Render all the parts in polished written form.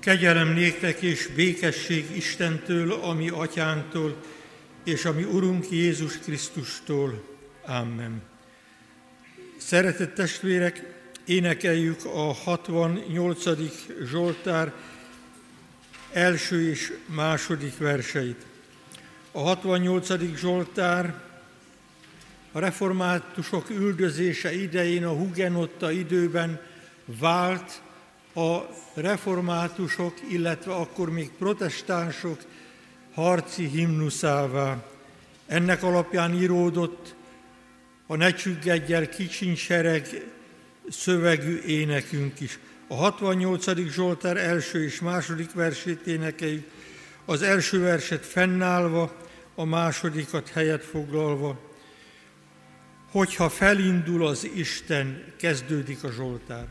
Kegyelem néktek és békesség Istentől, a mi atyánktól, és a mi Urunk Jézus Krisztustól. Amen. Szeretett testvérek, énekeljük a 68. Zsoltár első és második verseit. A 68. Zsoltár a reformátusok üldözése idején, a hugenotta időben vált a reformátusok, illetve akkor még protestánsok harci himnuszává. Ennek alapján íródott a Ne csüggedj el, kicsiny sereg szövegű énekünk is. A 68. Zsoltár első és második versét énekeljük, az első verset fennállva, a másodikat helyet foglalva. Hogyha felindul az Isten, kezdődik a Zsoltár.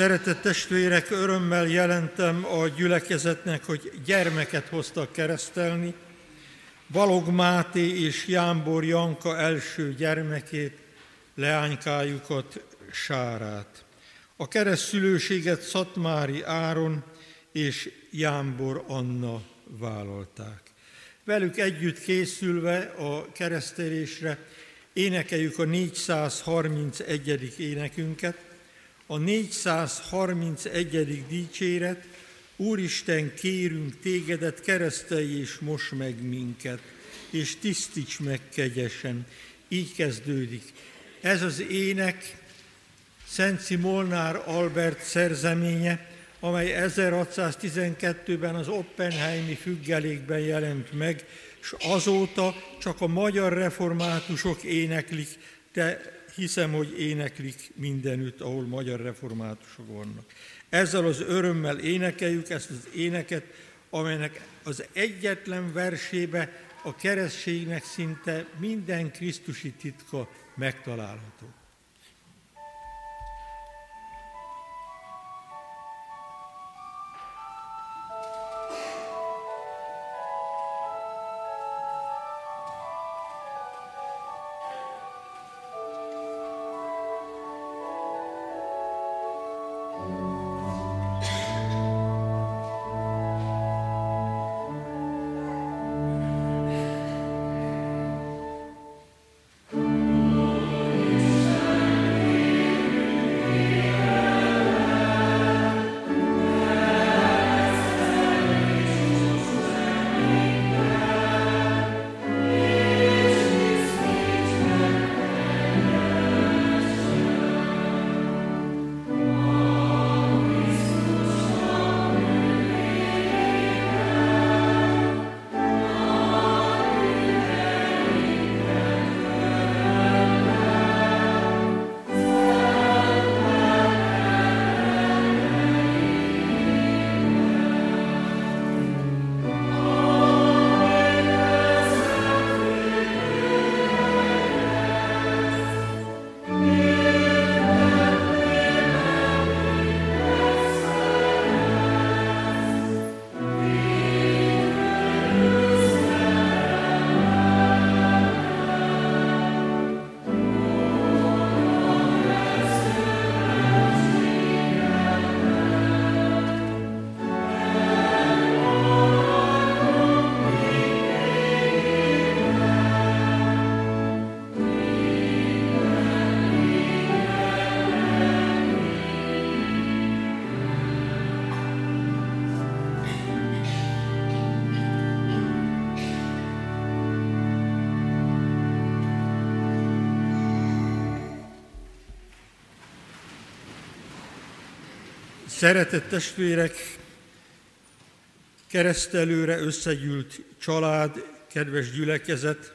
Szeretett testvérek, örömmel jelentem a gyülekezetnek, hogy gyermeket hoztak keresztelni. Balog Máté és Jámbor Janka első gyermekét, leánykájukat, Sárát. A keresztszülőséget Szatmári Áron és Jámbor Anna vállalták. Velük együtt készülve a keresztelésre énekeljük a 431. énekünket. A 431. dicséret: Úristen, kérünk tégedet, keresztelj és mos meg minket, és tisztíts meg kegyesen. Így kezdődik. Ez az ének Szenci Molnár Albert szerzeménye, amely 1612-ben az Oppenheimi függelékben jelent meg, és azóta csak a magyar reformátusok éneklik, de hiszem, hogy éneklik mindenütt, ahol magyar reformátusok vannak. Ezzel az örömmel énekeljük ezt az éneket, amelynek az egyetlen versébe a keresztségnek szinte minden krisztusi titka megtalálható. Szeretett testvérek, keresztelőre összegyűlt család, kedves gyülekezet!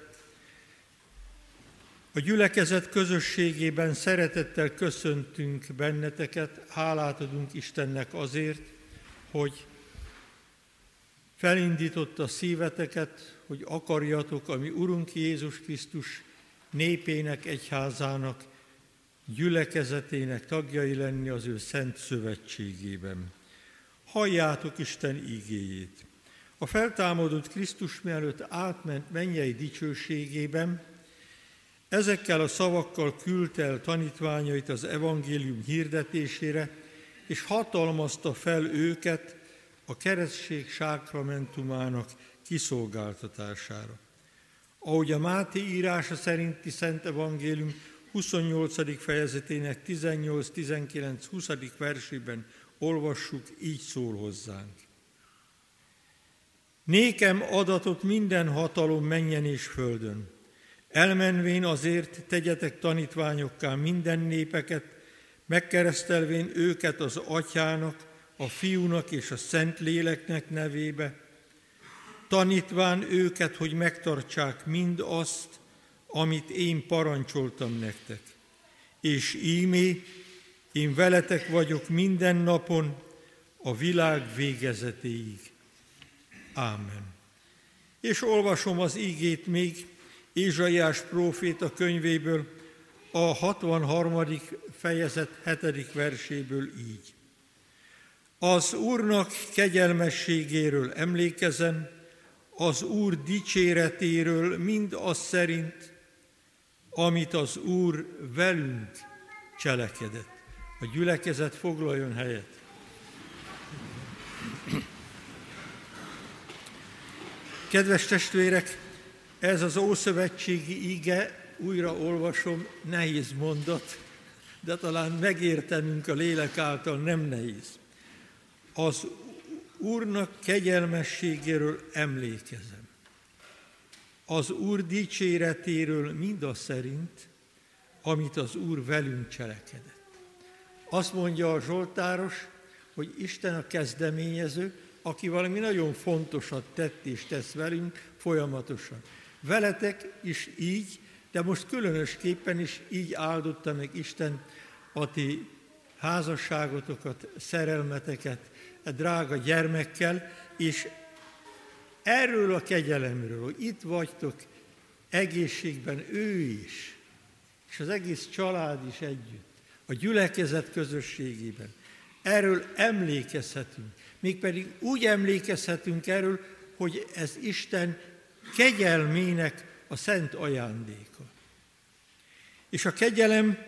A gyülekezet közösségében szeretettel köszöntünk benneteket, hálát adunk Istennek azért, hogy felindította szíveteket, hogy akarjatok a mi Urunk Jézus Krisztus népének, egyházának, gyülekezetének tagjai lenni az ő szent szövetségében. Halljátok Isten igéjét. A feltámadott Krisztus mielőtt átment mennyei dicsőségében, ezekkel a szavakkal küldte el tanítványait az evangélium hirdetésére, és hatalmazta fel őket a keresztség sákramentumának kiszolgáltatására. Ahogy a Máté írása szerinti Szent Evangélium 28. fejezetének 18-19-20. versében olvassuk, így szól hozzánk. Nékem adatot minden hatalom mennyen és földön. Elmenvén azért tegyetek tanítványokká minden népeket, megkeresztelvén őket az Atyának, a Fiúnak és a Szentléleknek nevébe, tanítván őket, hogy megtartsák mind azt, amit én parancsoltam nektek. És ímé, én veletek vagyok minden napon, a világ végezetéig. Ámen. És olvasom az ígét még Ézsaiás próféta könyvéből, a 63. fejezet 7. verséből így. Az Úrnak kegyelmességéről emlékezem, az Úr dicséretéről mind az szerint, amit az Úr velünk cselekedett. A gyülekezet foglaljon helyet. Kedves testvérek, ez az ószövetségi ige, újra olvasom, nehéz mondat, de talán megértenünk a lélek által nem nehéz. Az Úrnak kegyelmességéről emlékezem. Az Úr dicséretéről mindaz szerint, amit az Úr velünk cselekedett. Azt mondja a zsoltáros, hogy Isten a kezdeményező, aki valami nagyon fontosat tett és tesz velünk folyamatosan. Veletek is így, de most különösképpen is így áldotta meg Isten a ti házasságotokat, szerelmeteket, a drága gyermekkel, és erről a kegyelemről, hogy itt vagytok egészségben ő is, és az egész család is együtt, a gyülekezet közösségében. Erről emlékezhetünk. Mégpedig úgy emlékezhetünk erről, hogy ez Isten kegyelmének a szent ajándéka. És a kegyelem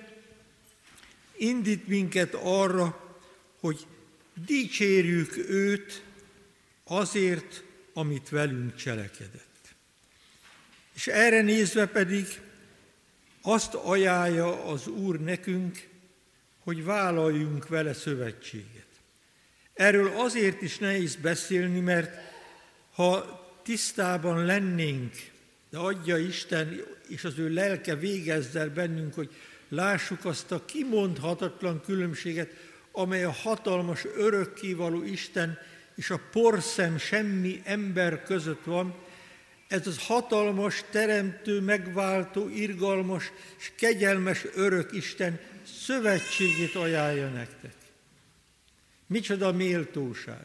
indít minket arra, hogy dicsérjük őt azért, amit velünk cselekedett. És erre nézve pedig azt ajánlja az Úr nekünk, hogy vállaljunk vele szövetséget. Erről azért is nehéz beszélni, mert ha tisztában lennénk, de adja Isten és az ő lelke végezze el bennünk, hogy lássuk azt a kimondhatatlan különbséget, amely a hatalmas örökkévaló Isten és a porszem semmi ember között van. Ez az hatalmas, teremtő, megváltó, irgalmas és kegyelmes örök Isten szövetségét ajánlja nektek. Micsoda méltóság,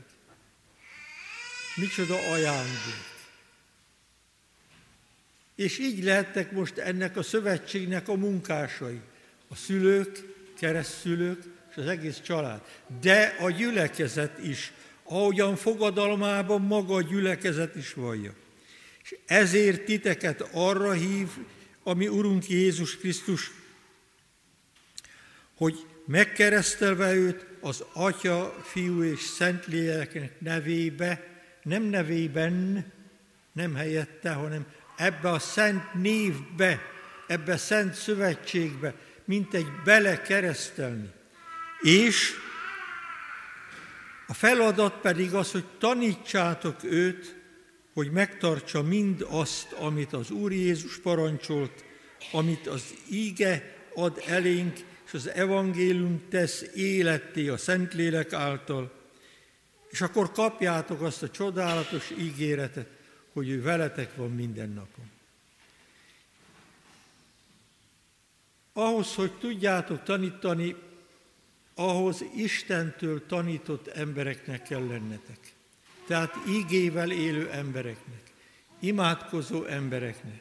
micsoda ajándék. És így lehettek most ennek a szövetségnek a munkásai, a szülők, keresztszülők és az egész család. De a gyülekezet is, ahogyan fogadalmában maga a gyülekezet is vallja. És ezért titeket arra hív a mi Urunk Jézus Krisztus, hogy megkeresztelve őt az Atya, Fiú és Szentléleknek nevébe, nem nevében, nem helyette, hanem ebbe a szent névbe, ebbe a szent szövetségbe, mint egy belekeresztelni. És a feladat pedig az, hogy tanítsátok őt, hogy megtartsa mind azt, amit az Úr Jézus parancsolt, amit az íge ad elénk, és az evangélium tesz életté a Szentlélek által, és akkor kapjátok azt a csodálatos ígéretet, hogy ő veletek van minden napon. Ahhoz, hogy tudjátok tanítani, ahhoz Istentől tanított embereknek kell lennetek. Tehát ígével élő embereknek, imádkozó embereknek.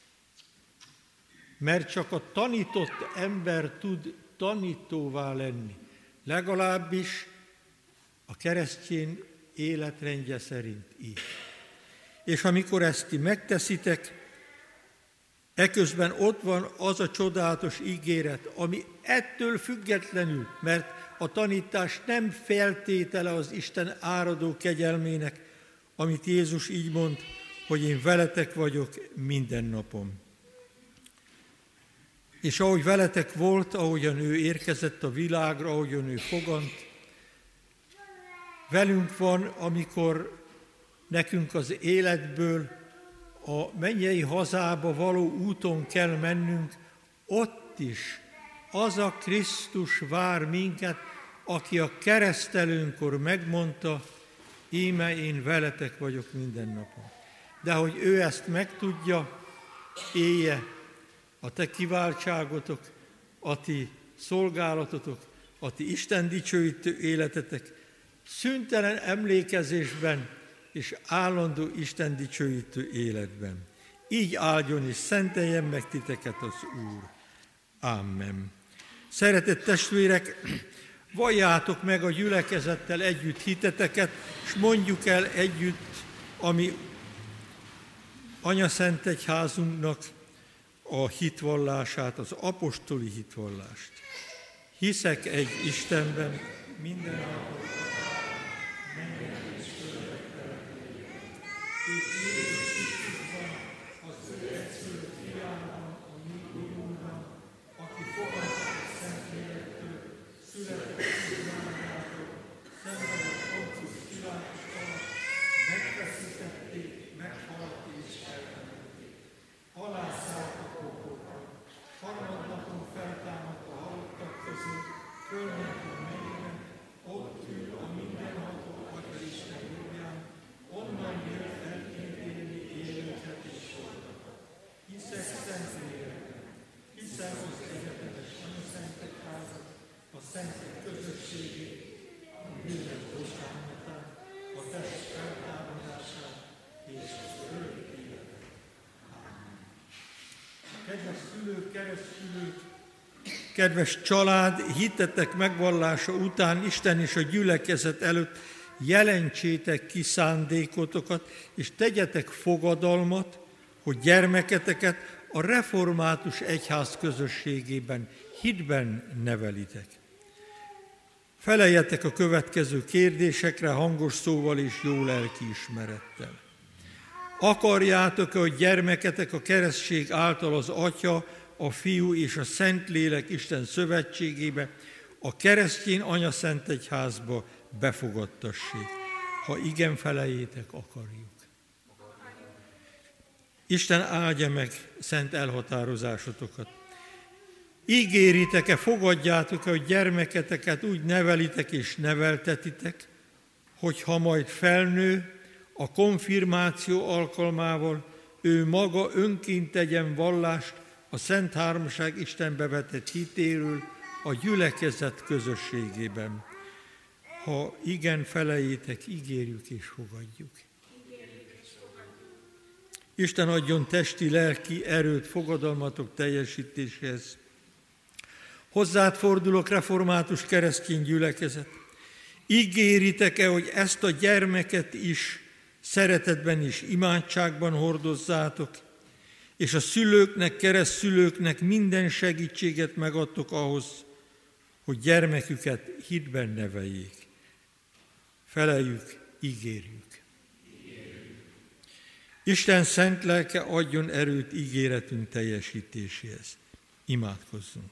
Mert csak a tanított ember tud tanítóvá lenni, legalábbis a keresztény életrendje szerint így. És amikor ezt ti megteszitek, eközben ott van az a csodálatos ígéret, ami ettől függetlenül, mert a tanítás nem feltétele az Isten áradó kegyelmének, amit Jézus így mond, hogy én veletek vagyok minden napon. És ahogy veletek volt, ahogyan ő érkezett a világra, ahogyan ő fogant, velünk van, amikor nekünk az életből a mennyei hazába való úton kell mennünk, ott is az a Krisztus vár minket, aki a keresztelőnkor megmondta, íme én veletek vagyok minden napon. De hogy ő ezt megtudja, élje a te kiváltságotok, a ti szolgálatotok, a ti Isten dicsőítő életetek szüntelen emlékezésben és állandó Isten dicsőítő életben. Így áldjon és szenteljen meg titeket az Úr. Amen. Szeretett testvérek, Valljátok meg a gyülekezettel együtt hiteteket, és mondjuk el együtt, ami Anyaszentegyházunknak a hitvallását, az apostoli hitvallást. Hiszek egy Istenben, mindenható kedves család, hittetek megvallása után Isten és a gyülekezet előtt jelentsétek ki szándékotokat, és tegyetek fogadalmat, hogy gyermeketeket a református egyház közösségében, hitben nevelitek. Feleljetek a következő kérdésekre hangos szóval és jó lelkiismerettel. Akarjátok, hogy gyermeketek a keresztség által az Atya, a Fiú és a Szentlélek Isten szövetségébe, a keresztény Anyaszentegyházba befogadtassék? Ha igen, feleljétek, akarjuk. Isten áldja meg szent elhatározásotokat. Ígéritek-e, fogadjátok-e, hogy gyermeketeket úgy nevelitek és neveltetitek, hogy ha majd felnő, a konfirmáció alkalmával ő maga önként tegyen vallást a Szent Háromság Istenbe vetett hitéről a gyülekezet közösségében. Ha igen, feleljétek, ígérjük és fogadjuk. Isten adjon testi, lelki erőt fogadalmatok teljesítéséhez. Hozzád fordulok, református keresztény gyülekezet. Ígéritek-e, hogy ezt a gyermeket is szeretetben és imádságban hordozzátok, és a szülőknek, keresztszülőknek minden segítséget megadtok ahhoz, hogy gyermeküket hitben neveljék. Feleljük, ígérjük. Isten szent lelke adjon erőt ígéretünk teljesítéséhez. Imádkozzunk.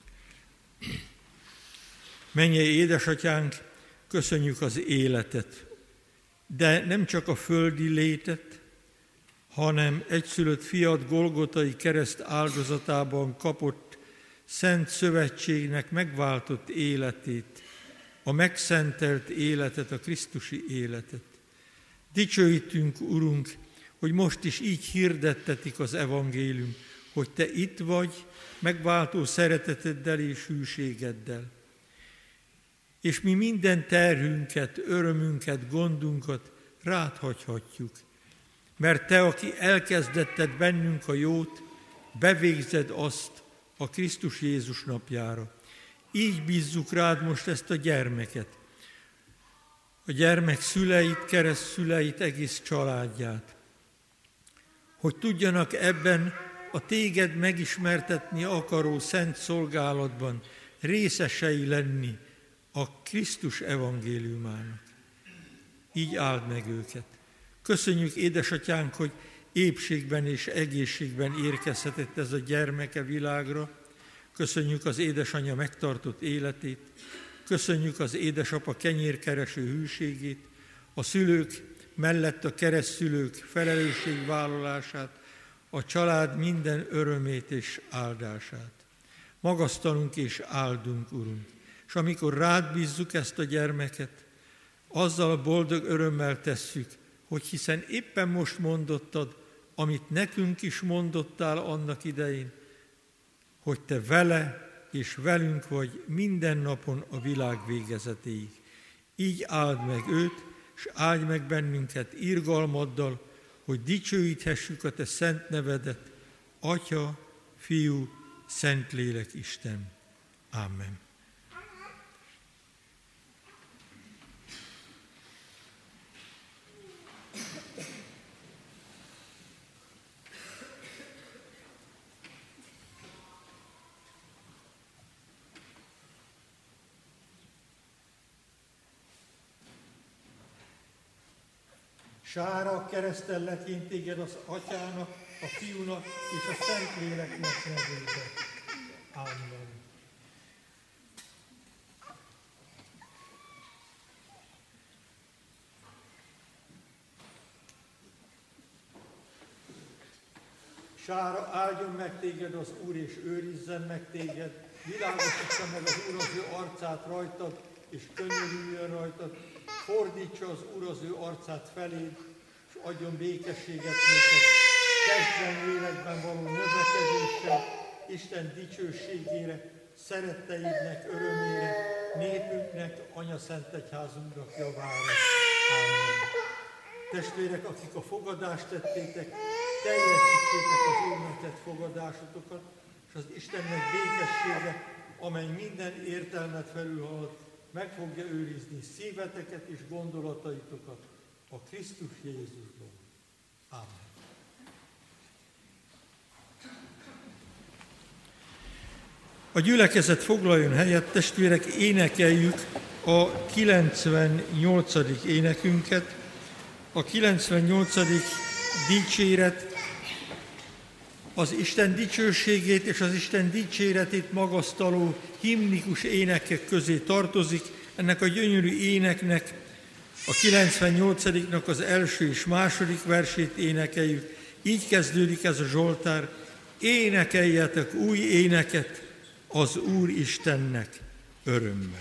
Mennyei édesatyánk, köszönjük az életet, de nem csak a földi létet, hanem egyszülött fiat Golgotai kereszt áldozatában kapott szent szövetségnek megváltott életét, a megszentelt életet, a krisztusi életet. Dicsőítünk, Urunk, hogy most is így hirdettetik az evangélium, hogy Te itt vagy, megváltó szereteteddel és hűségeddel. És mi minden terhünket, örömünket, gondunkat rád hagyhatjuk. Mert Te, aki elkezdetted bennünk a jót, bevégzed azt a Krisztus Jézus napjára. Így bízzuk rád most ezt a gyermeket, a gyermek szüleit, keresztszüleit, egész családját, hogy tudjanak ebben a téged megismertetni akaró szent szolgálatban részesei lenni a Krisztus evangéliumának. Így áld meg őket. Köszönjük, édesatyánk, hogy épségben és egészségben érkezhetett ez a gyermeke világra. Köszönjük az édesanyja megtartott életét. Köszönjük az édesapa kenyérkereső hűségét, a szülők mellett a keresztszülők felelősségvállalását, a család minden örömét és áldását. Magasztalunk és áldunk, Urunk, és amikor rád bízzuk ezt a gyermeket, azzal a boldog örömmel tesszük, hogy hiszen éppen most mondottad, amit nekünk is mondottál annak idején, hogy Te vele és velünk vagy minden napon a világ végezetéig. Így áld meg őt, és áldj meg bennünket irgalmaddal, hogy dicsőíthessük a Te szent nevedet, Atya, Fiú, Szentlélek Isten. Amen. Sára, keresztellek én téged az Atyának, a Fiúnak és a Szentléleknek nevébe. Amen. Sára, áldjon meg téged az Úr, és őrizzen meg téged, világosítsa meg az Úr az ő arcát rajtad, és könyörüljön rajtad, fordítsa az Úr az ő arcát feléd, és adjon békességet néked, testben, lélekben való növekedéssel, Isten dicsőségére, szeretteidnek örömére, népünknek, Anyaszentegyházunknak javára. Amen. Testvérek, akik a fogadást tettétek, teljesítsétek az Úrnak tett fogadásotokat, és az Istennek békessége, amely minden értelmet felülhalad, meg fogja őrizni szíveteket és gondolataitokat a Krisztus Jézusban. Amen. A gyülekezet foglaljon helyet, testvérek, énekeljük a 98. énekünket. A 98. dicséret az Isten dicsőségét és az Isten dicséretét magasztaló himnikus énekek közé tartozik. Ennek a gyönyörű éneknek, a 98-nak az első és második versét énekeljük. Így kezdődik ez a Zsoltár: énekeljetek új éneket az Úr Istennek örömmel.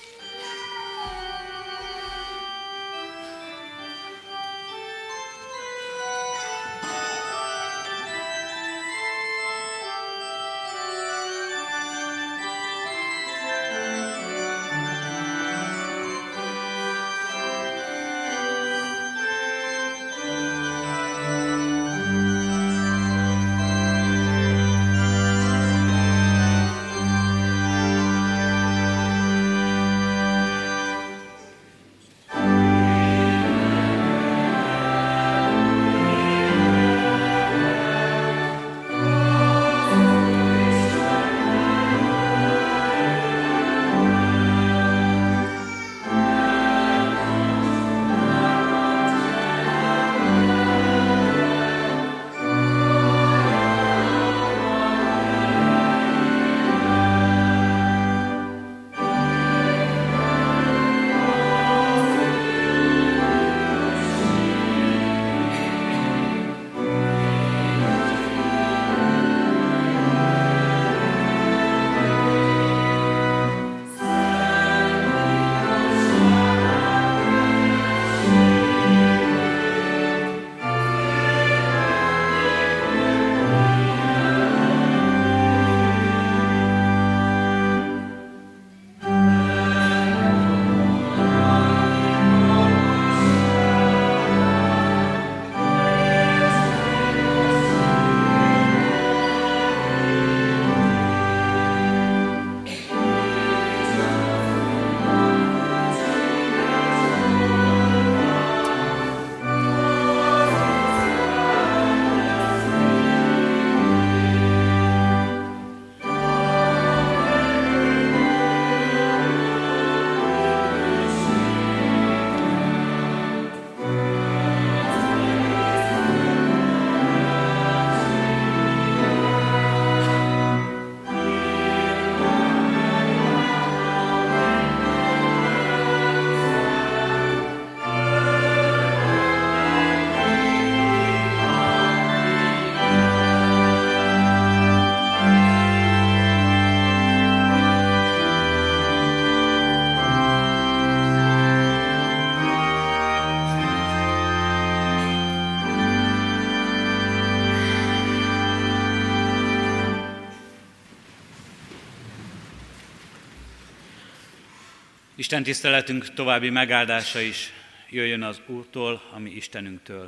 Isten tiszteletünk további megáldása is jöjjön az Úrtól, a mi Istenünktől.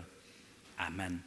Amen.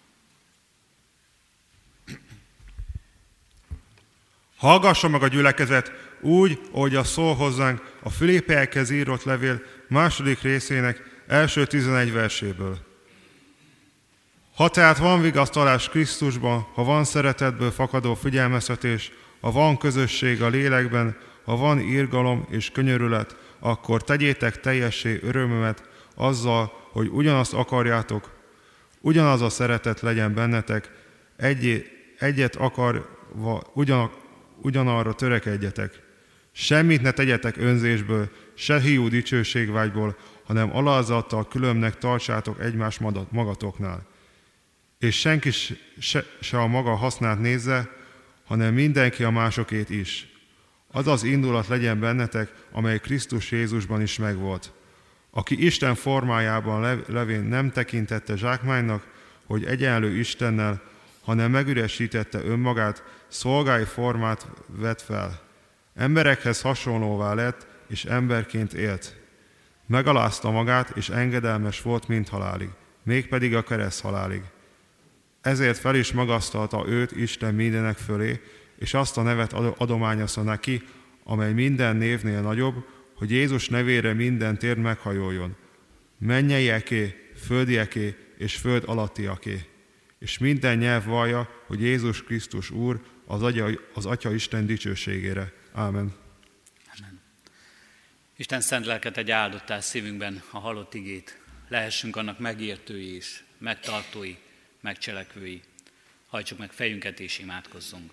Hallgassa meg a gyülekezet úgy, ahogy a szól hozzánk a Filippeekhez írott levél második részének első 11 verséből. Ha tehát van vigasztalás Krisztusban, ha van szeretetből fakadó figyelmeztetés, ha van közösség a lélekben, ha van irgalom és könyörület, akkor tegyétek teljessé örömömet azzal, hogy ugyanazt akarjátok, ugyanaz a szeretet legyen bennetek, egyet akarva ugyanarra törekedjetek. Semmit ne tegyetek önzésből, se hiú dicsőségvágyból, hanem alázattal különbnek tartsátok egymást magatoknál. És senki se a maga hasznát nézze, hanem mindenki a másokét is. Az az indulat legyen bennetek, amely Krisztus Jézusban is megvolt, aki Isten formájában levén nem tekintette zsákmánynak, hogy egyenlő Istennel, hanem megüresítette önmagát, szolgái formát vett fel. Emberekhez hasonlóvá lett, és emberként élt. Megalázta magát, és engedelmes volt mindhalálig, mégpedig a kereszt halálig. Ezért fel is magasztalta őt Isten mindenek fölé, és azt a nevet adományozta neki, amely minden névnél nagyobb, hogy Jézus nevére minden tér meghajoljon. Mennyeieké, földieké és föld alattiaké. És minden nyelv vallja, hogy Jézus Krisztus Úr, az Atya Isten dicsőségére. Ámen. Amen. Isten szent lelket egy áldottál szívünkben a halott igét. Lehessünk annak megértői és megtartói, megcselekvői. Hajtsuk meg fejünket és imádkozzunk.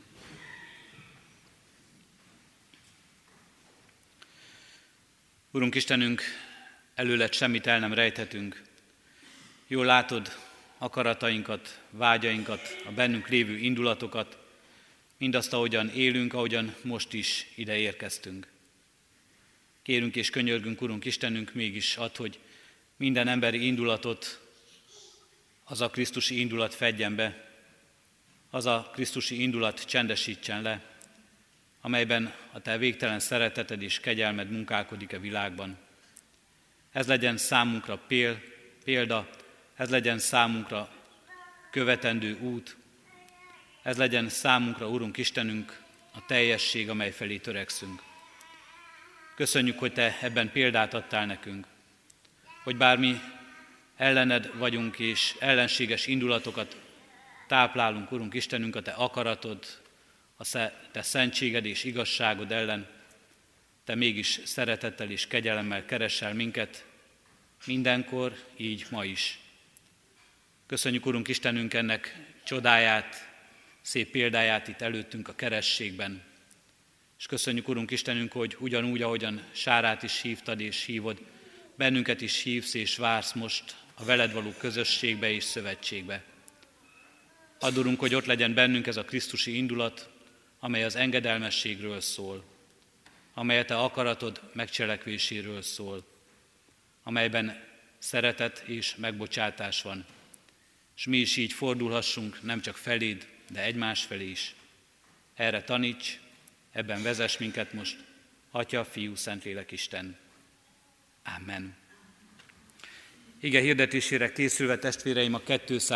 Urunk Istenünk, előled semmit el nem rejthetünk. Jól látod akaratainkat, vágyainkat, a bennünk lévő indulatokat, mindazt, ahogyan élünk, ahogyan most is ide érkeztünk. Kérünk és könyörgünk, Urunk Istenünk, mégis add, hogy minden emberi indulatot az a krisztusi indulat fedjen be, az a krisztusi indulat csendesítsen le, amelyben a Te végtelen szereteted és kegyelmed munkálkodik a világban. Ez legyen számunkra példa, ez legyen számunkra követendő út, ez legyen számunkra, Urunk Istenünk, a teljesség, amely felé törekszünk. Köszönjük, hogy Te ebben példát adtál nekünk, hogy bár mi ellened vagyunk és ellenséges indulatokat táplálunk, Urunk Istenünk, a Te akaratod, Te szentséged és igazságod ellen, Te mégis szeretettel és kegyelemmel keresel minket, mindenkor, így ma is. Köszönjük, Urunk Istenünk, ennek csodáját, szép példáját itt előttünk a kerességben. És köszönjük, Urunk Istenünk, hogy ugyanúgy, ahogyan Sárát is hívtad és hívod, bennünket is hívsz és vársz most a veled való közösségbe és szövetségbe. Add, Urunk, hogy ott legyen bennünk ez a krisztusi indulat, amely az engedelmességről szól, amely a Te akaratod megcselekvéséről szól, amelyben szeretet és megbocsátás van, és mi is így fordulhassunk nem csak feléd, de egymás felé is. Erre taníts, ebben vezess minket most, Atya, Fiú, Szentlélek, Isten. Amen. Ige hirdetésére készülve, testvéreim, a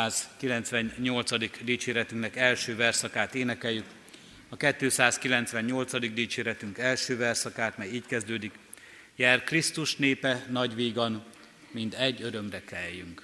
298. dicséretünknek első verszakát énekeljük. A 298. dicséretünk első verszakát, mely így kezdődik: Jár Krisztus népe nagy vígan, mind egy örömre keljünk.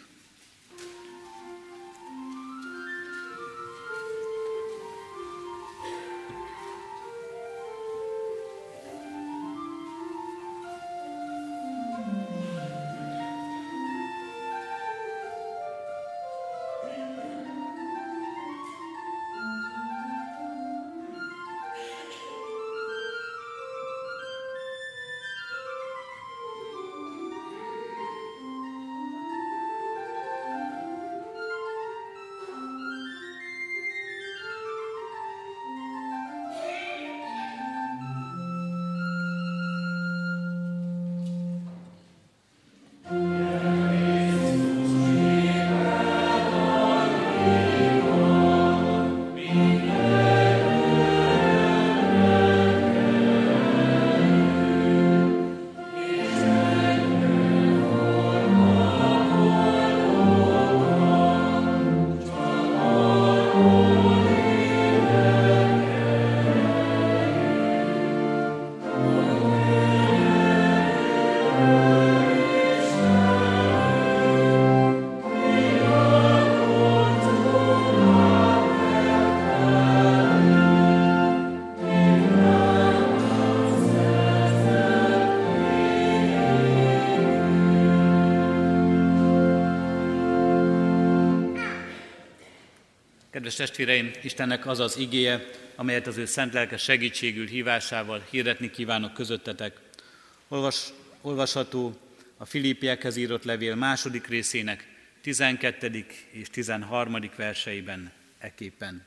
Kedves testvéreim, Istennek az az igéje, amelyet az ő szent lelke segítségül hívásával hirdetni kívánok közöttetek. Olvasható a Filippiekhez írott levél második részének 12. és 13. verseiben ekképpen.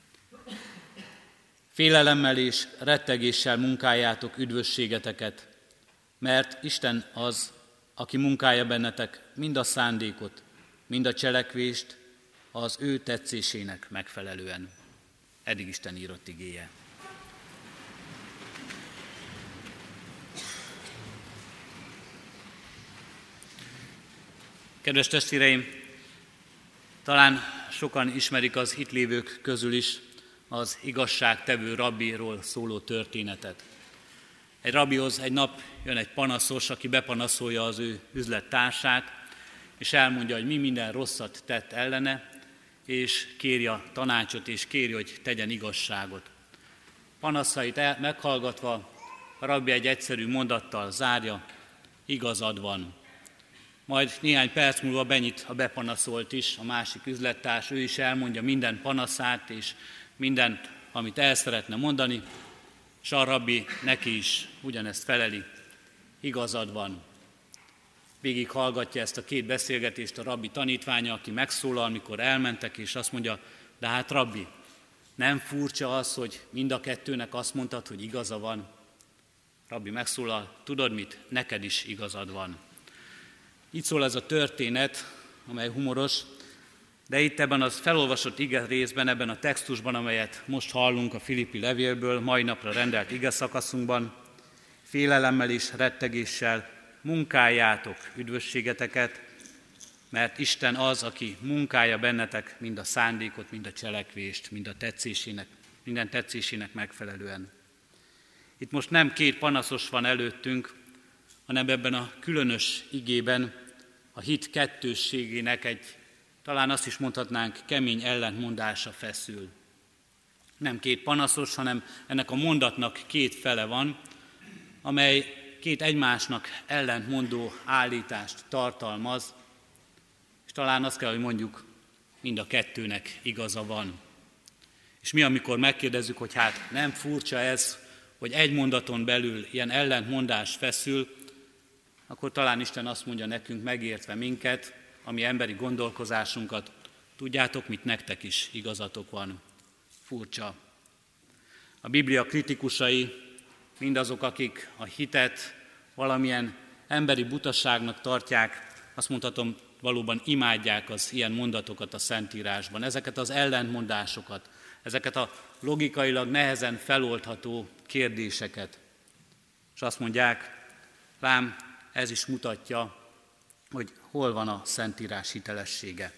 Félelemmel és rettegéssel munkáljátok üdvösségeteket, mert Isten az, aki munkálja bennetek mind a szándékot, mind a cselekvést az ő tetszésének megfelelően. Eddig Isten írott igéje. Kedves testvéreim, talán sokan ismerik az itt lévők közül is az igazságtevő rabbiról szóló történetet. Egy rabbihoz egy nap jön egy panaszos, aki bepanaszolja az ő üzlettársát, és elmondja, hogy mi minden rosszat tett ellene, és kéri a tanácsot, és kéri, hogy tegyen igazságot. Panaszait meghallgatva a rabbi egy egyszerű mondattal zárja: igazad van. Majd néhány perc múlva benyit a bepanaszolt is, a másik üzlettárs, ő is elmondja minden panaszát, és mindent, amit el szeretne mondani, és a rabbi neki is ugyanezt feleli: igazad van. Végig hallgatja ezt a két beszélgetést a rabbi tanítványa, aki megszólal, amikor elmentek, és azt mondja: de hát rabbi, nem furcsa az, hogy mind a kettőnek azt mondtad, hogy igaza van? Rabbi megszólal: tudod mit, neked is igazad van. Így szól ez a történet, amely humoros, de itt ebben az felolvasott ige részben, ebben a textusban, amelyet most hallunk a Filippi levélből, mai napra rendelt ige szakaszunkban, félelemmel és rettegéssel munkáljátok üdvösségeteket, mert Isten az, aki munkálja bennetek mind a szándékot, mind a cselekvést, minden tetszésének megfelelően. Itt most nem két panaszos van előttünk, hanem ebben a különös igében a hit kettősségének egy, talán azt is mondhatnánk, kemény ellentmondása feszül. Nem két panaszos, hanem ennek a mondatnak két fele van, amely két egymásnak ellentmondó állítást tartalmaz, és talán azt kell, hogy mondjuk, mind a kettőnek igaza van. És mi, amikor megkérdezzük, hogy hát nem furcsa ez, hogy egy mondaton belül ilyen ellentmondás feszül, akkor talán Isten azt mondja nekünk, megértve minket, ami emberi gondolkozásunkat: tudjátok mit, nektek is igazatok van. Furcsa. A Biblia kritikusai, mindazok, akik a hitet valamilyen emberi butaságnak tartják, azt mondhatom, valóban imádják az ilyen mondatokat a Szentírásban, ezeket az ellentmondásokat, ezeket a logikailag nehezen feloldható kérdéseket. És azt mondják: lám, ez is mutatja, hogy hol van a Szentírás hitelessége.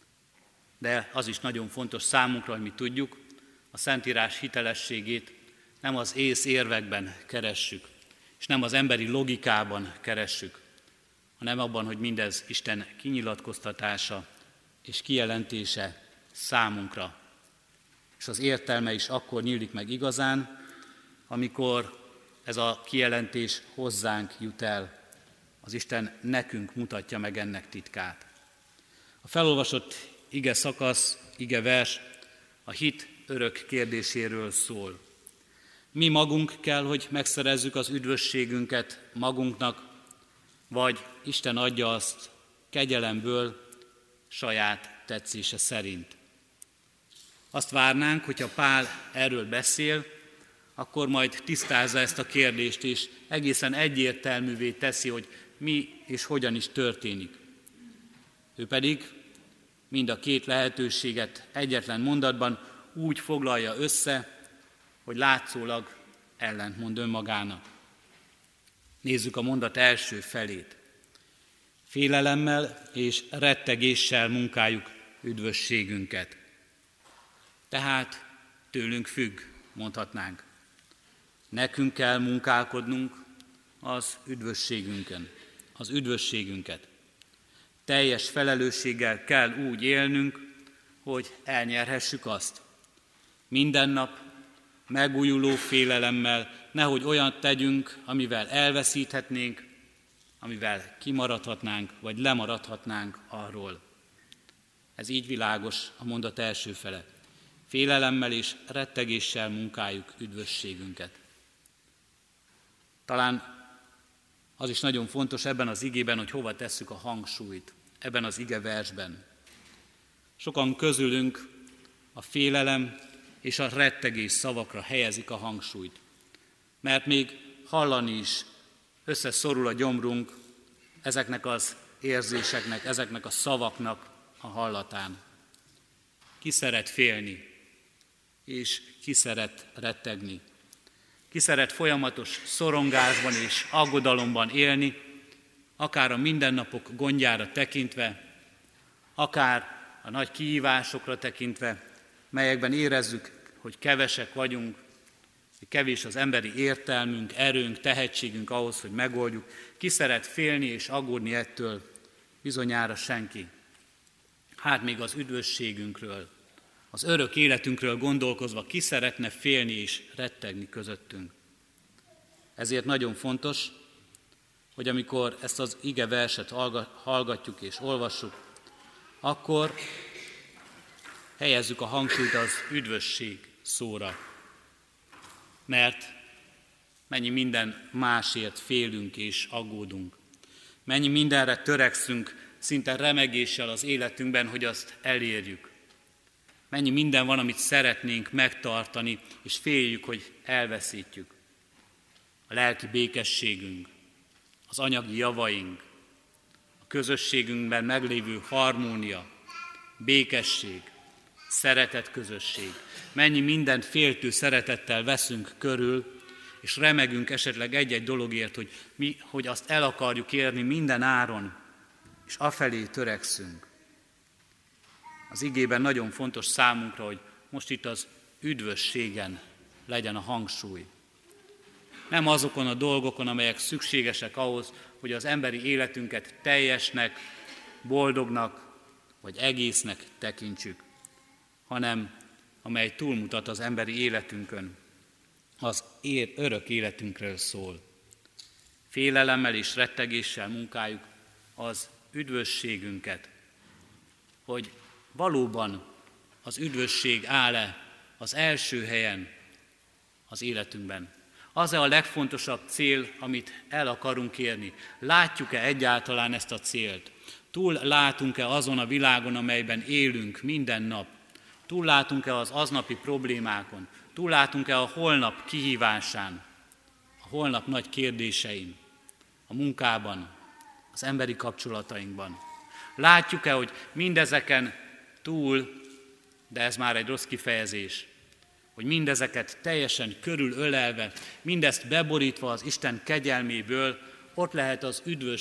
De az is nagyon fontos számunkra, hogy mi tudjuk, a Szentírás hitelességét nem az ész érvekben keressük, és nem az emberi logikában keressük, hanem abban, hogy mindez Isten kinyilatkoztatása és kijelentése számunkra. És az értelme is akkor nyílik meg igazán, amikor ez a kijelentés hozzánk jut el. Az Isten nekünk mutatja meg ennek titkát. A felolvasott ige szakasz, ige vers a hit örök kérdéséről szól. Mi magunk kell, hogy megszerezzük az üdvösségünket magunknak, vagy Isten adja azt kegyelemből, saját tetszése szerint. Azt várnánk, hogyha Pál erről beszél, akkor majd tisztázza ezt a kérdést, és egészen egyértelművé teszi, hogy mi és hogyan is történik. Ő pedig mind a két lehetőséget egyetlen mondatban úgy foglalja össze, hogy látszólag ellentmond önmagának. Nézzük a mondat első felét. Félelemmel és rettegéssel munkáljuk üdvösségünket. Tehát tőlünk függ, mondhatnánk. Nekünk kell munkálkodnunk az üdvösségünket. Teljes felelősséggel kell úgy élnünk, hogy elnyerhessük azt. Minden nap megújuló félelemmel, nehogy olyat tegyünk, amivel elveszíthetnénk, amivel kimaradhatnánk, vagy lemaradhatnánk arról. Ez így világos a mondat első fele. Félelemmel és rettegéssel munkáljuk üdvösségünket. Talán az is nagyon fontos ebben az igében, hogy hova tesszük a hangsúlyt, ebben az igeversben. Sokan közülünk a félelem és a rettegés szavakra helyezik a hangsúlyt, mert még hallani is összeszorul a gyomrunk ezeknek az érzéseknek, ezeknek a szavaknak a hallatán. Ki szeret félni, és ki szeret rettegni. Ki szeret folyamatos szorongásban és aggodalomban élni, akár a mindennapok gondjára tekintve, akár a nagy kihívásokra tekintve, melyekben érezzük, hogy kevesek vagyunk, hogy kevés az emberi értelmünk, erőnk, tehetségünk ahhoz, hogy megoldjuk. Ki szeret félni és aggódni ettől? Bizonyára senki. Hát még az üdvösségünkről, az örök életünkről gondolkozva ki szeretne félni és rettegni közöttünk. Ezért nagyon fontos, hogy amikor ezt az igeverset hallgatjuk és olvassuk, akkor helyezzük a hangsúlyt az üdvösség szóra. Mert mennyi minden másért félünk és aggódunk. Mennyi mindenre törekszünk szinte remegéssel az életünkben, hogy azt elérjük. Mennyi minden van, amit szeretnénk megtartani, és féljük, hogy elveszítjük. A lelki békességünk, az anyagi javaink, a közösségünkben meglévő harmónia, békesség, szeretet közösség. Mennyi mindent féltő szeretettel veszünk körül, és remegünk esetleg egy-egy dologért, hogy azt el akarjuk érni minden áron, és afelé törekszünk. Az igében nagyon fontos számunkra, hogy most itt az üdvösségen legyen a hangsúly. Nem azokon a dolgokon, amelyek szükségesek ahhoz, hogy az emberi életünket teljesnek, boldognak vagy egésznek tekintsük, hanem amely túlmutat az emberi életünkön, az örök életünkről szól. Félelemmel és rettegéssel munkáljuk az üdvösségünket, hogy valóban az üdvösség áll-e az első helyen az életünkben. Az-e a legfontosabb cél, amit el akarunk érni? Látjuk-e egyáltalán ezt a célt? Túl látunk-e azon a világon, amelyben élünk minden nap? Túl látunk-e az aznapi problémákon? Túl látunk-e a holnap kihívásán? A holnap nagy kérdésein? A munkában? Az emberi kapcsolatainkban? Látjuk-e, hogy mindezeken túl, de ez már egy rossz kifejezés, hogy mindezeket teljesen körülölelve, mindezt beborítva az Isten kegyelméből, ott lehet az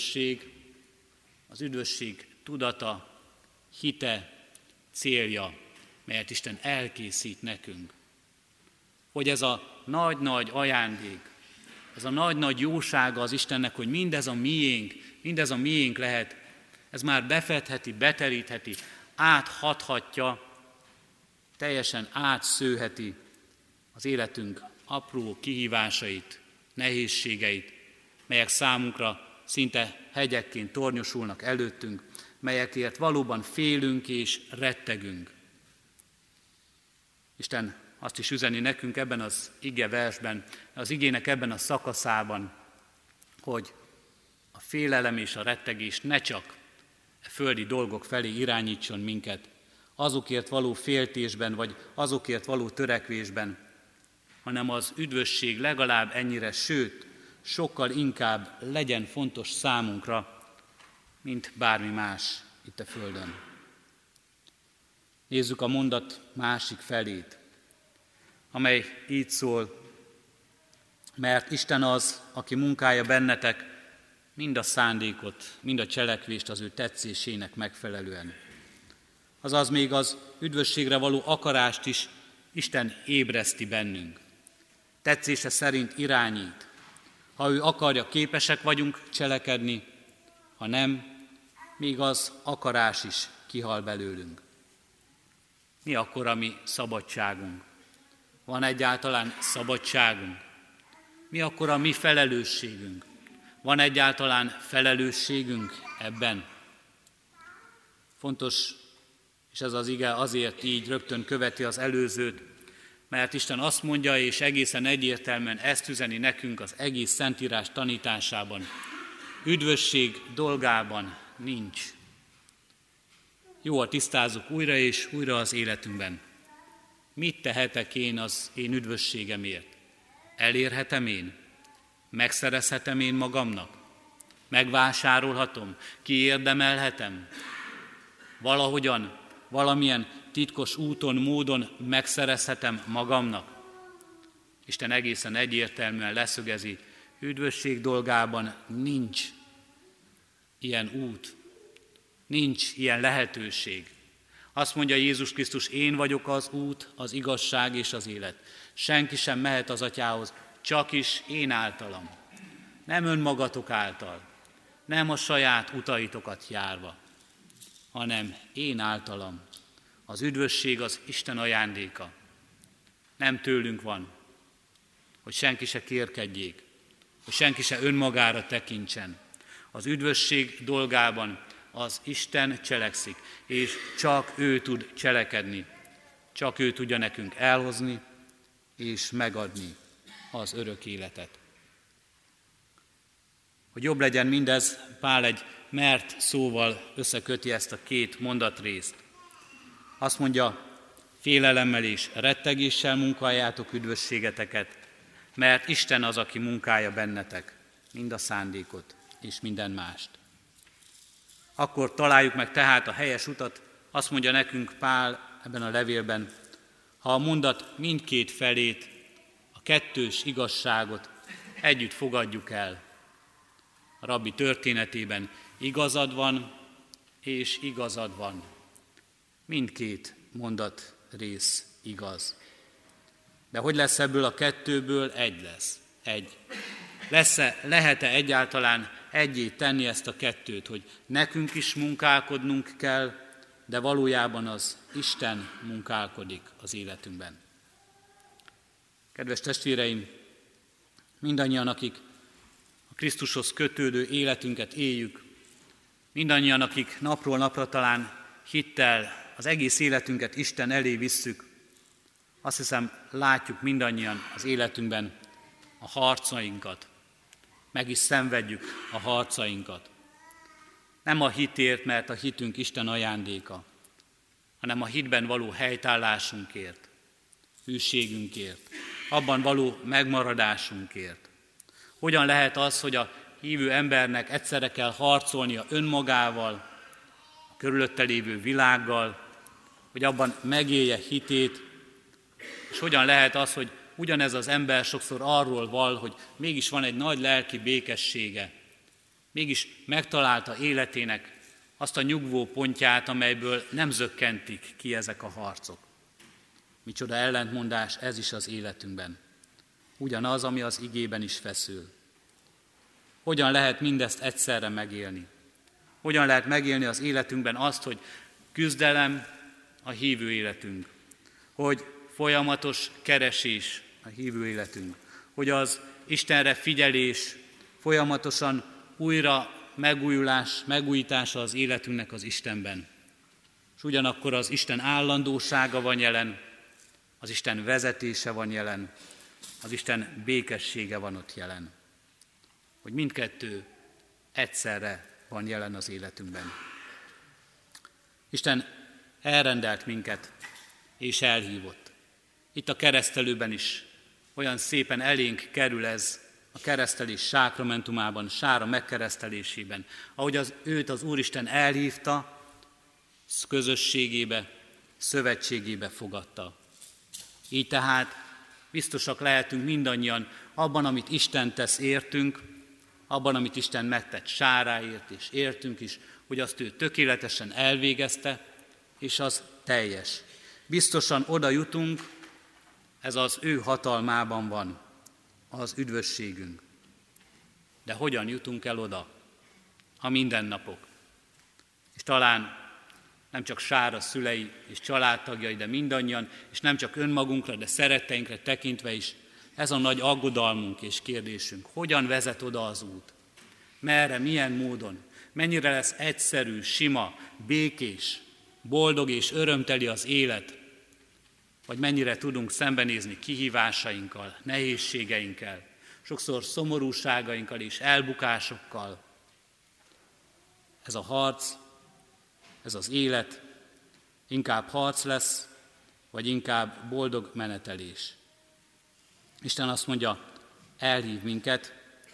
üdvösség tudata, hite, célja, melyet Isten elkészít nekünk. Hogy ez a nagy-nagy ajándék, ez a nagy-nagy jósága az Istennek, hogy mindez a miénk lehet, ez már befedheti, beterítheti, áthathatja, teljesen átszőheti az életünk apró kihívásait, nehézségeit, melyek számunkra szinte hegyekként tornyosulnak előttünk, melyekért valóban félünk és rettegünk. Isten azt is üzeni nekünk ebben az igeversben, az igének ebben a szakaszában, hogy a félelem és a rettegés ne csak a földi dolgok felé irányítson minket, azokért való féltésben, vagy azokért való törekvésben, hanem az üdvösség legalább ennyire, sőt, sokkal inkább legyen fontos számunkra, mint bármi más itt a földön. Nézzük a mondat másik felét, amely így szól, mert Isten az, aki munkálja bennetek mind a szándékot, mind a cselekvést az ő tetszésének megfelelően. Azaz még az üdvösségre való akarást is Isten ébreszti bennünk. Tetszése szerint irányít. Ha ő akarja, képesek vagyunk cselekedni, ha nem, még az akarás is kihal belőlünk. Mi akkor a mi szabadságunk? Van egyáltalán szabadságunk? Mi akkor a mi felelősségünk? Van egyáltalán felelősségünk ebben? Fontos És ez az ige azért így rögtön követi az előzőt, mert Isten azt mondja, és egészen egyértelműen ezt üzeni nekünk az egész Szentírás tanításában. Üdvösség dolgában nincs. Jól tisztázzuk újra és újra az életünkben. Mit tehetek én az én üdvösségemért? Elérhetem én? Megszerezhetem én magamnak? Megvásárolhatom? Kiérdemelhetem? Valahogyan, valamilyen titkos úton, módon megszerezhetem magamnak? Isten egészen egyértelműen leszögezi, üdvösség dolgában nincs ilyen út, nincs ilyen lehetőség. Azt mondja Jézus Krisztus, én vagyok az út, az igazság és az élet. Senki sem mehet az Atyához, csak is én általam. Nem önmagatok által, nem a saját utaitokat járva, hanem én általam. Az üdvösség az Isten ajándéka. Nem tőlünk van, hogy senki se kérkedjék, hogy senki se önmagára tekintsen. Az üdvösség dolgában az Isten cselekszik, és csak ő tud cselekedni. Csak ő tudja nekünk elhozni és megadni az örök életet. Hogy jobb legyen mindez, Pál egy mert szóval összeköti ezt a két mondatrészt. Azt mondja, félelemmel és rettegéssel munkáljátok üdvösségeteket, mert Isten az, aki munkálja bennetek mind a szándékot és minden mást. Akkor találjuk meg tehát a helyes utat, azt mondja nekünk Pál ebben a levélben, ha a mondat mindkét felét, a kettős igazságot együtt fogadjuk el. A rabbi történetében igazad van és igazad van. Mindkét mondat rész igaz. De hogy lesz ebből a kettőből egy lesz? Egy. Lehet-e egyáltalán egyé tenni ezt a kettőt, hogy nekünk is munkálkodnunk kell, de valójában az Isten munkálkodik az életünkben. Kedves testvéreim, mindannyian, akik a Krisztushoz kötődő életünket éljük, mindannyian, akik napról napra talán hittel az egész életünket Isten elé visszük, azt hiszem, látjuk mindannyian az életünkben a harcainkat, meg is szenvedjük a harcainkat. Nem a hitért, mert a hitünk Isten ajándéka, hanem a hitben való helytállásunkért, hűségünkért, abban való megmaradásunkért. Hogyan lehet az, hogy a hívő embernek egyszerre kell harcolnia önmagával, a körülötte lévő világgal, hogy abban megélje hitét, és hogyan lehet az, hogy ugyanez az ember sokszor arról val, hogy mégis van egy nagy lelki békessége, mégis megtalálta életének azt a nyugvó pontját, amelyből nem zökkentik ki ezek a harcok. Micsoda ellentmondás ez is az életünkben. Ugyanaz, ami az igében is feszül. Hogyan lehet mindezt egyszerre megélni? Hogyan lehet megélni az életünkben azt, hogy küzdelem a hívő életünk, hogy folyamatos keresés a hívő életünk, hogy az Istenre figyelés, folyamatosan újra megújítása az életünknek az Istenben. És ugyanakkor az Isten állandósága van jelen, az Isten vezetése van jelen, az Isten békessége van ott jelen. Hogy mindkettő egyszerre van jelen az életünkben. Isten elrendelt minket és elhívott. Itt a keresztelőben is olyan szépen elénk kerül ez a keresztelés sákramentumában, sára megkeresztelésében, ahogy őt az Úristen elhívta, közösségébe, szövetségébe fogadta. Így tehát biztosak lehetünk mindannyian abban, amit Isten tesz értünk, abban, amit Isten megtett sáráért és értünk is, hogy azt ő tökéletesen elvégezte, és az teljes. Biztosan oda jutunk, ez az ő hatalmában van, az üdvösségünk. De hogyan jutunk el oda? A mindennapok. És talán nem csak Sára szülei és családtagjai, de mindannyian, és nem csak önmagunkra, de szeretteinkre tekintve is, ez a nagy aggodalmunk és kérdésünk. Hogyan vezet oda az út? Merre, milyen módon? Mennyire lesz egyszerű, sima, békés, boldog és örömteli az élet, vagy mennyire tudunk szembenézni kihívásainkkal, nehézségeinkkel, sokszor szomorúságainkkal és elbukásokkal. Ez a harc, ez az élet inkább harc lesz, vagy inkább boldog menetelés. Isten azt mondja, elhív minket,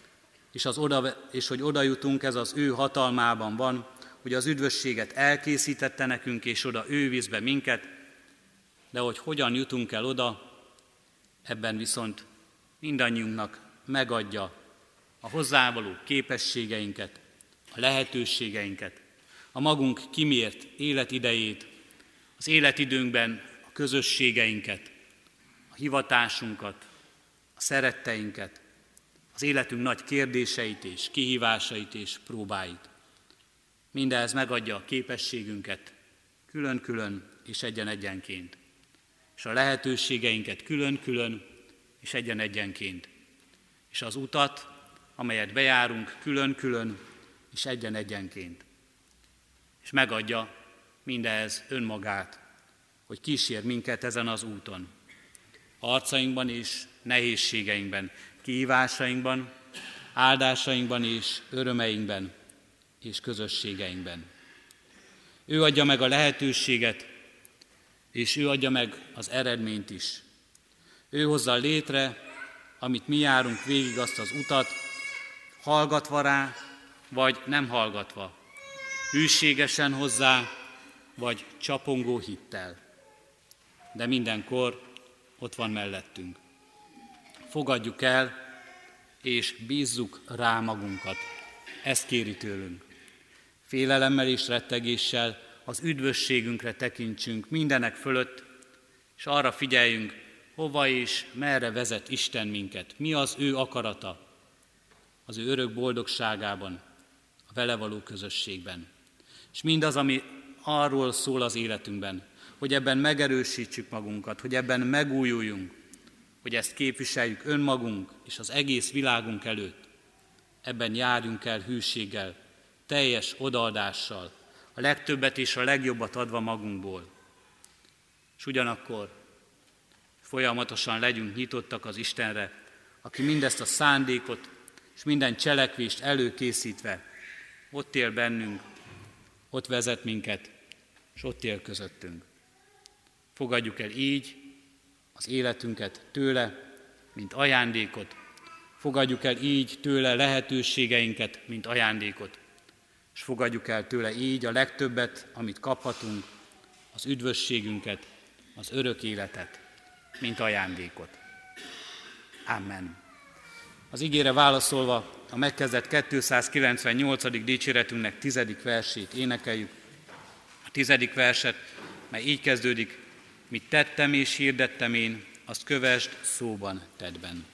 és hogy oda jutunk, ez az ő hatalmában van, hogy az üdvösséget elkészítette nekünk, és oda ő visz be minket, de hogy hogyan jutunk el oda, ebben viszont mindannyiunknak megadja a hozzávaló képességeinket, a lehetőségeinket, a magunk kimért életidejét, az életidőnkben a közösségeinket, a hivatásunkat, a szeretteinket, az életünk nagy kérdéseit és kihívásait és próbáit. Mindehhez megadja a képességünket külön-külön és egyen-egyenként, és a lehetőségeinket külön-külön és egyen-egyenként, és az utat, amelyet bejárunk külön-külön és egyen-egyenként. És megadja mindehhez önmagát, hogy kísér minket ezen az úton, harcainkban és nehézségeinkben, kihívásainkban, áldásainkban és örömeinkben és közösségeinkben. Ő adja meg a lehetőséget, és ő adja meg az eredményt is. Ő hozza létre, amit mi járunk végig, azt az utat, hallgatva rá, vagy nem hallgatva, hűségesen hozzá, vagy csapongó hittel. De mindenkor ott van mellettünk. Fogadjuk el, és bízzuk rá magunkat. Ezt kéri tőlünk. Félelemmel és rettegéssel az üdvösségünkre tekintsünk mindenek fölött, és arra figyeljünk, hova és merre vezet Isten minket. Mi az ő akarata az ő örök boldogságában, a vele való közösségben. És mindaz, ami arról szól az életünkben, hogy ebben megerősítsük magunkat, hogy ebben megújuljunk, hogy ezt képviseljük önmagunk és az egész világunk előtt, ebben járjunk el hűséggel, teljes odaadással, a legtöbbet és a legjobbat adva magunkból. És ugyanakkor folyamatosan legyünk nyitottak az Istenre, aki mindezt a szándékot és minden cselekvést előkészítve ott él bennünk, ott vezet minket, és ott él közöttünk. Fogadjuk el így az életünket tőle, mint ajándékot. Fogadjuk el így tőle lehetőségeinket, mint ajándékot. És fogadjuk el tőle így a legtöbbet, amit kaphatunk, az üdvösségünket, az örök életet, mint ajándékot. Amen. Az igére válaszolva a megkezdett 298. dicséretünknek 10. versét énekeljük. A 10. verset, mely így kezdődik: mit tettem és hirdettem én, azt kövesd szóban, tettben.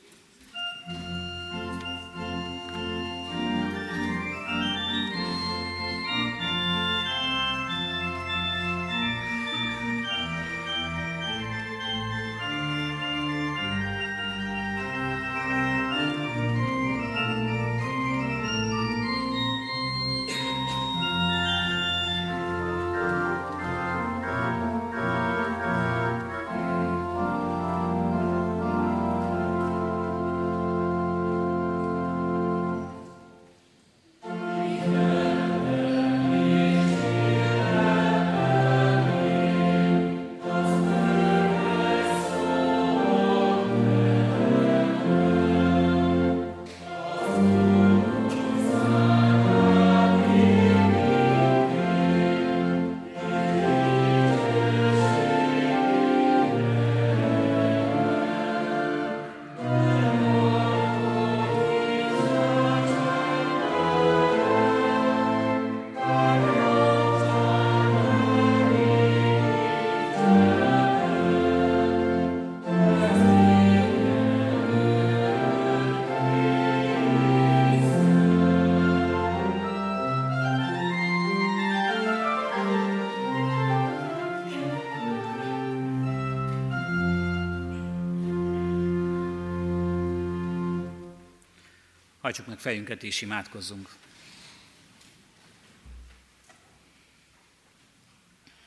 Hajtsuk meg fejünket és imádkozzunk.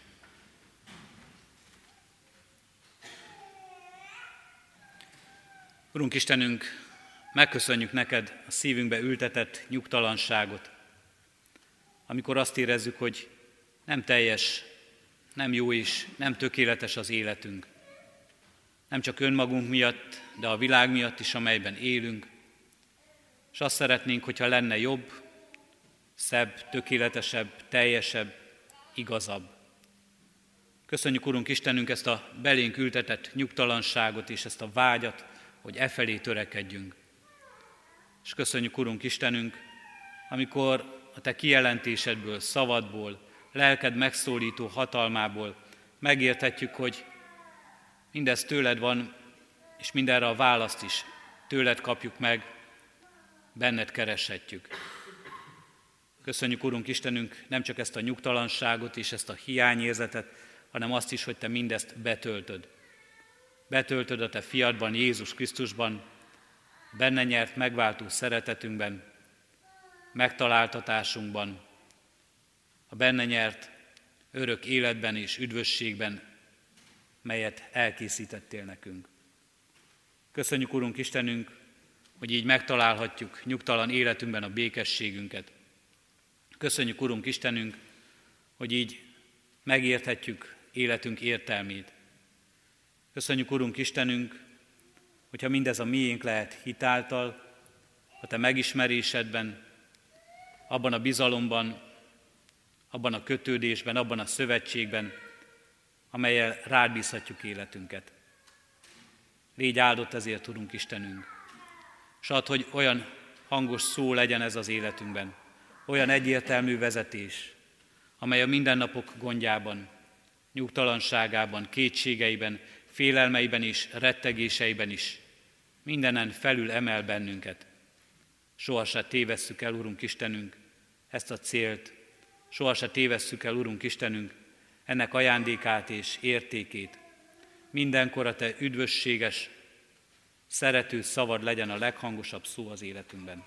Urunk Istenünk, megköszönjük neked a szívünkbe ültetett nyugtalanságot, amikor azt érezzük, hogy nem teljes, nem jó és nem tökéletes az életünk. Nem csak önmagunk miatt, de a világ miatt is, amelyben élünk. És azt szeretnénk, hogyha lenne jobb, szebb, tökéletesebb, teljesebb, igazabb. Köszönjük, Urunk Istenünk, ezt a belénk ültetett nyugtalanságot és ezt a vágyat, hogy efelé törekedjünk. És köszönjük, Urunk Istenünk, amikor a Te kijelentésedből, szavadból, lelked megszólító hatalmából megérthetjük, hogy mindez tőled van, és mindenre a választ is tőled kapjuk meg, benned kereshetjük. Köszönjük, Urunk Istenünk, nem csak ezt a nyugtalanságot és ezt a hiányérzetet, hanem azt is, hogy Te mindezt betöltöd. Betöltöd a Te fiadban, Jézus Krisztusban, benne nyert megváltó szeretetünkben, megtaláltatásunkban, a benne nyert örök életben és üdvösségben, melyet elkészítettél nekünk. Köszönjük, Urunk Istenünk, hogy így megtalálhatjuk nyugtalan életünkben a békességünket. Köszönjük, Urunk Istenünk, hogy így megérthetjük életünk értelmét. Köszönjük, Urunk Istenünk, hogyha mindez a miénk lehet hitáltal, a Te megismerésedben, abban a bizalomban, abban a kötődésben, abban a szövetségben, amellyel rád bízhatjuk életünket. Légy áldott ezért, Urunk Istenünk, s add, hogy olyan hangos szó legyen ez az életünkben, olyan egyértelmű vezetés, amely a mindennapok gondjában, nyugtalanságában, kétségeiben, félelmeiben és rettegéseiben is mindenen felül emel bennünket. Sohasem tévesszük el, Urunk Istenünk, ezt a célt, sohasem tévesszük el, Urunk Istenünk, ennek ajándékát és értékét. Mindenkor a Te üdvösséges, szerető szavad legyen a leghangosabb szó az életünkben.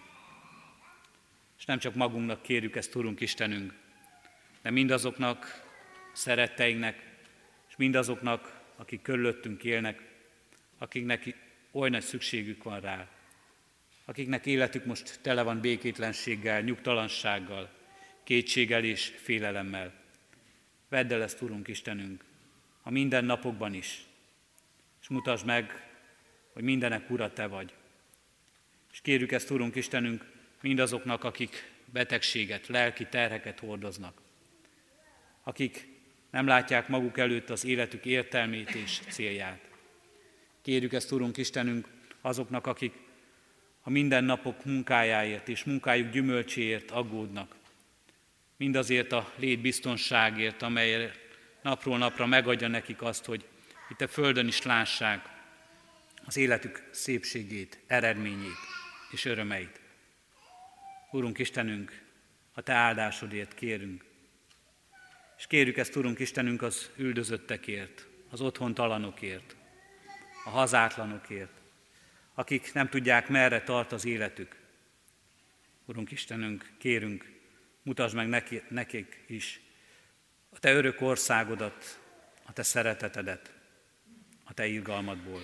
És nem csak magunknak kérjük ezt, Urunk Istenünk, de mindazoknak, szeretteinknek, és mindazoknak, akik körülöttünk élnek, akiknek oly nagy szükségük van rá, akiknek életük most tele van békétlenséggel, nyugtalansággal, kétséggel és félelemmel. Vedd el ezt, Urunk Istenünk, a mindennapokban is, és mutasd meg, hogy mindenek Ura Te vagy. És kérjük ezt, Urunk Istenünk, mindazoknak, akik betegséget, lelki terheket hordoznak, akik nem látják maguk előtt az életük értelmét és célját. Kérjük ezt, Urunk Istenünk, azoknak, akik a mindennapok munkájáért és munkájuk gyümölcséért aggódnak, mindazért a létbiztonságért, amely napról napra megadja nekik azt, hogy itt a földön is lássák az életük szépségét, eredményét és örömeit. Urunk Istenünk, a Te áldásodért kérünk, és kérjük ezt, Urunk Istenünk, az üldözöttekért, az otthontalanokért, a hazátlanokért, akik nem tudják, merre tart az életük. Urunk Istenünk, kérünk, mutasd meg nekik is a Te örök országodat, a Te szeretetedet, a Te irgalmadból.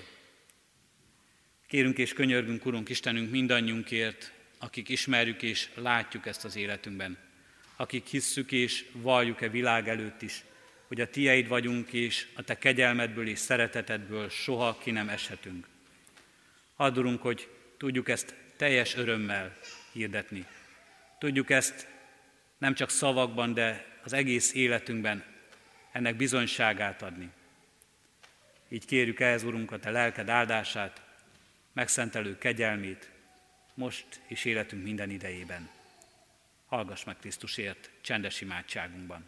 Kérünk és könyörgünk, Urunk Istenünk, mindannyiunkért, akik ismerjük és látjuk ezt az életünkben, akik hisszük és valljuk világ előtt is, hogy a Tieid vagyunk, és a Te kegyelmedből és szeretetedből soha ki nem eshetünk. Add, Urunk, hogy tudjuk ezt teljes örömmel hirdetni. Tudjuk ezt nem csak szavakban, de az egész életünkben ennek bizonyságát adni. Így kérjük ehhez, Urunk, a Te lelked áldását, megszentelő kegyelmét, most és életünk minden idejében. Hallgass meg Krisztusért csendes imádságunkban.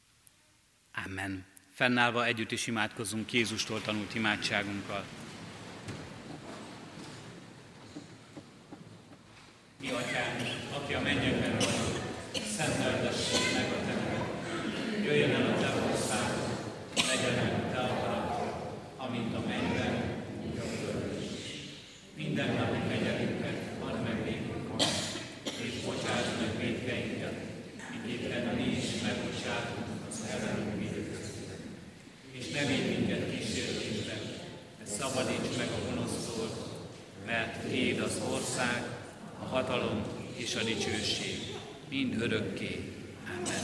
Amen. Fennállva együtt is imádkozzunk Jézustól tanult imádságunkkal. szabadíts meg a gonosztól, mert Tiéd az ország, a hatalom és a dicsőség, mind örökké. Amen.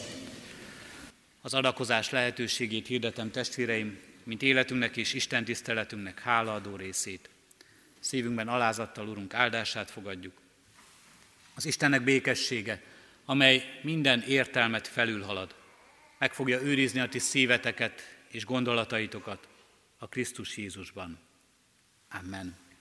Az adakozás lehetőségét hirdetem, testvéreim, mint életünknek és Isten tiszteletünknek hálaadó részét. Szívünkben alázattal Urunk áldását fogadjuk. Az Istennek békessége, amely minden értelmet felülhalad, meg fogja őrizni a ti szíveteket és gondolataitokat a Krisztus Jézusban. Amen.